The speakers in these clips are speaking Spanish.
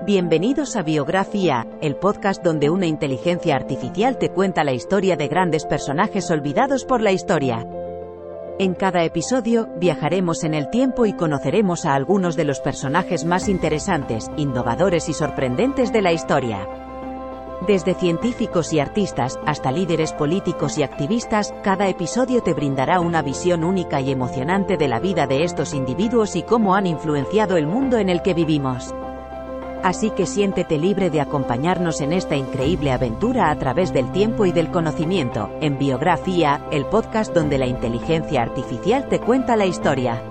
Bienvenidos a Biografía, el podcast donde una inteligencia artificial te cuenta la historia de grandes personajes olvidados por la historia. En cada episodio, viajaremos en el tiempo y conoceremos a algunos de los personajes más interesantes, innovadores y sorprendentes de la historia. Desde científicos y artistas, hasta líderes políticos y activistas, cada episodio te brindará una visión única y emocionante de la vida de estos individuos y cómo han influenciado el mundo en el que vivimos. Así que siéntete libre de acompañarnos en esta increíble aventura a través del tiempo y del conocimiento, en Biografía, el podcast donde la inteligencia artificial te cuenta la historia.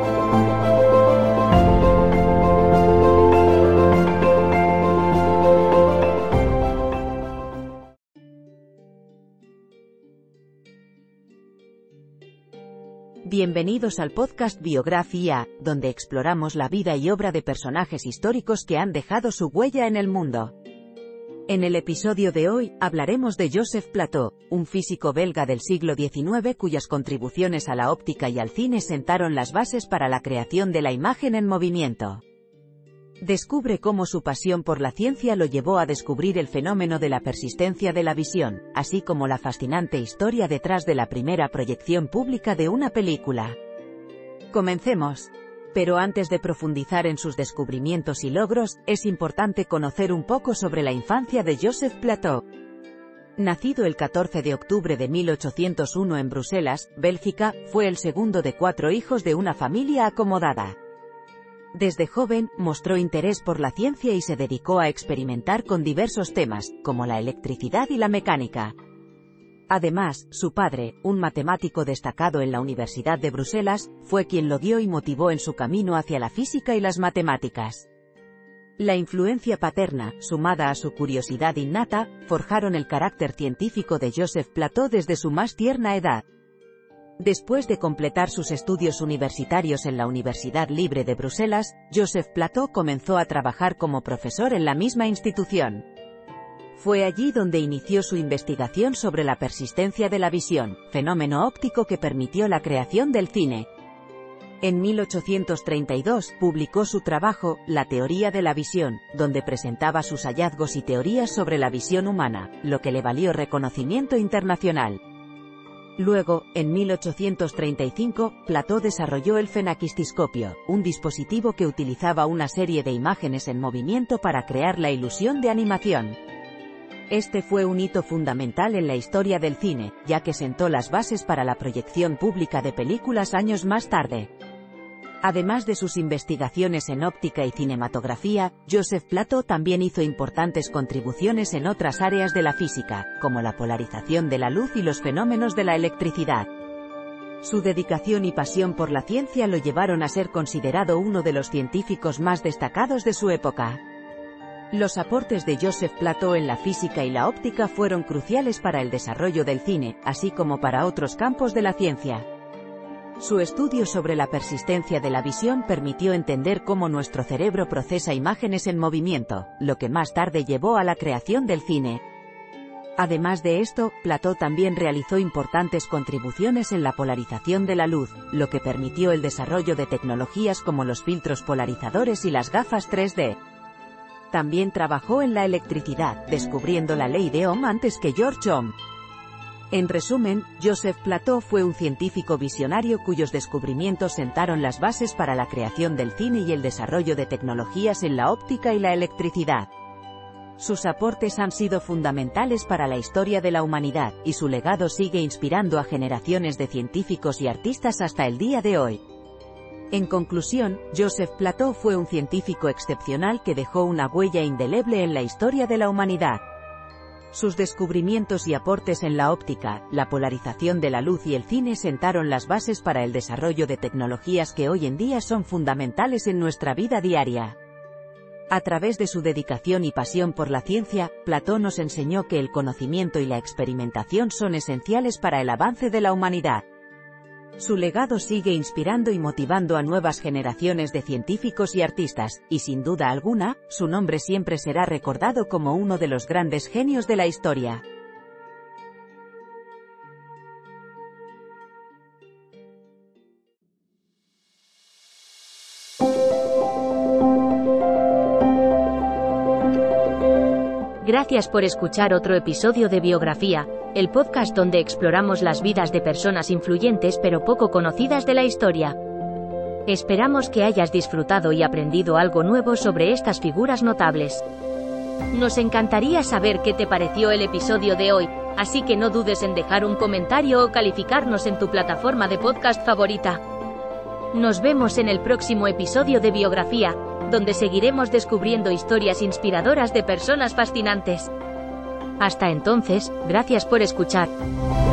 Bienvenidos al podcast Biografía, donde exploramos la vida y obra de personajes históricos que han dejado su huella en el mundo. En el episodio de hoy, hablaremos de Joseph Plateau, un físico belga del siglo XIX cuyas contribuciones a la óptica y al cine sentaron las bases para la creación de la imagen en movimiento. Descubre cómo su pasión por la ciencia lo llevó a descubrir el fenómeno de la persistencia de la visión, así como la fascinante historia detrás de la primera proyección pública de una película. Comencemos. Pero antes de profundizar en sus descubrimientos y logros, es importante conocer un poco sobre la infancia de Joseph Plateau. Nacido el 14 de octubre de 1801 en Bruselas, Bélgica, fue el segundo de 4 hijos de una familia acomodada. Desde joven, mostró interés por la ciencia y se dedicó a experimentar con diversos temas, como la electricidad y la mecánica. Además, su padre, un matemático destacado en la Universidad de Bruselas, fue quien lo guió y motivó en su camino hacia la física y las matemáticas. La influencia paterna, sumada a su curiosidad innata, forjaron el carácter científico de Joseph Plateau desde su más tierna edad. Después de completar sus estudios universitarios en la Universidad Libre de Bruselas, Joseph Plateau comenzó a trabajar como profesor en la misma institución. Fue allí donde inició su investigación sobre la persistencia de la visión, fenómeno óptico que permitió la creación del cine. En 1832, publicó su trabajo, La teoría de la visión, donde presentaba sus hallazgos y teorías sobre la visión humana, lo que le valió reconocimiento internacional. Luego, en 1835, Plateau desarrolló el fenaquistiscopio, un dispositivo que utilizaba una serie de imágenes en movimiento para crear la ilusión de animación. Este fue un hito fundamental en la historia del cine, ya que sentó las bases para la proyección pública de películas años más tarde. Además de sus investigaciones en óptica y cinematografía, Joseph Plateau también hizo importantes contribuciones en otras áreas de la física, como la polarización de la luz y los fenómenos de la electricidad. Su dedicación y pasión por la ciencia lo llevaron a ser considerado uno de los científicos más destacados de su época. Los aportes de Joseph Plateau en la física y la óptica fueron cruciales para el desarrollo del cine, así como para otros campos de la ciencia. Su estudio sobre la persistencia de la visión permitió entender cómo nuestro cerebro procesa imágenes en movimiento, lo que más tarde llevó a la creación del cine. Además de esto, Plateau también realizó importantes contribuciones en la polarización de la luz, lo que permitió el desarrollo de tecnologías como los filtros polarizadores y las gafas 3D. También trabajó en la electricidad, descubriendo la ley de Ohm antes que George Ohm. En resumen, Joseph Plateau fue un científico visionario cuyos descubrimientos sentaron las bases para la creación del cine y el desarrollo de tecnologías en la óptica y la electricidad. Sus aportes han sido fundamentales para la historia de la humanidad, y su legado sigue inspirando a generaciones de científicos y artistas hasta el día de hoy. En conclusión, Joseph Plateau fue un científico excepcional que dejó una huella indeleble en la historia de la humanidad. Sus descubrimientos y aportes en la óptica, la polarización de la luz y el cine sentaron las bases para el desarrollo de tecnologías que hoy en día son fundamentales en nuestra vida diaria. A través de su dedicación y pasión por la ciencia, Plateau nos enseñó que el conocimiento y la experimentación son esenciales para el avance de la humanidad. Su legado sigue inspirando y motivando a nuevas generaciones de científicos y artistas, y sin duda alguna, su nombre siempre será recordado como uno de los grandes genios de la historia. Gracias por escuchar otro episodio de Biografía, el podcast donde exploramos las vidas de personas influyentes pero poco conocidas de la historia. Esperamos que hayas disfrutado y aprendido algo nuevo sobre estas figuras notables. Nos encantaría saber qué te pareció el episodio de hoy, así que no dudes en dejar un comentario o calificarnos en tu plataforma de podcast favorita. Nos vemos en el próximo episodio de Biografía, donde seguiremos descubriendo historias inspiradoras de personas fascinantes. Hasta entonces, gracias por escuchar.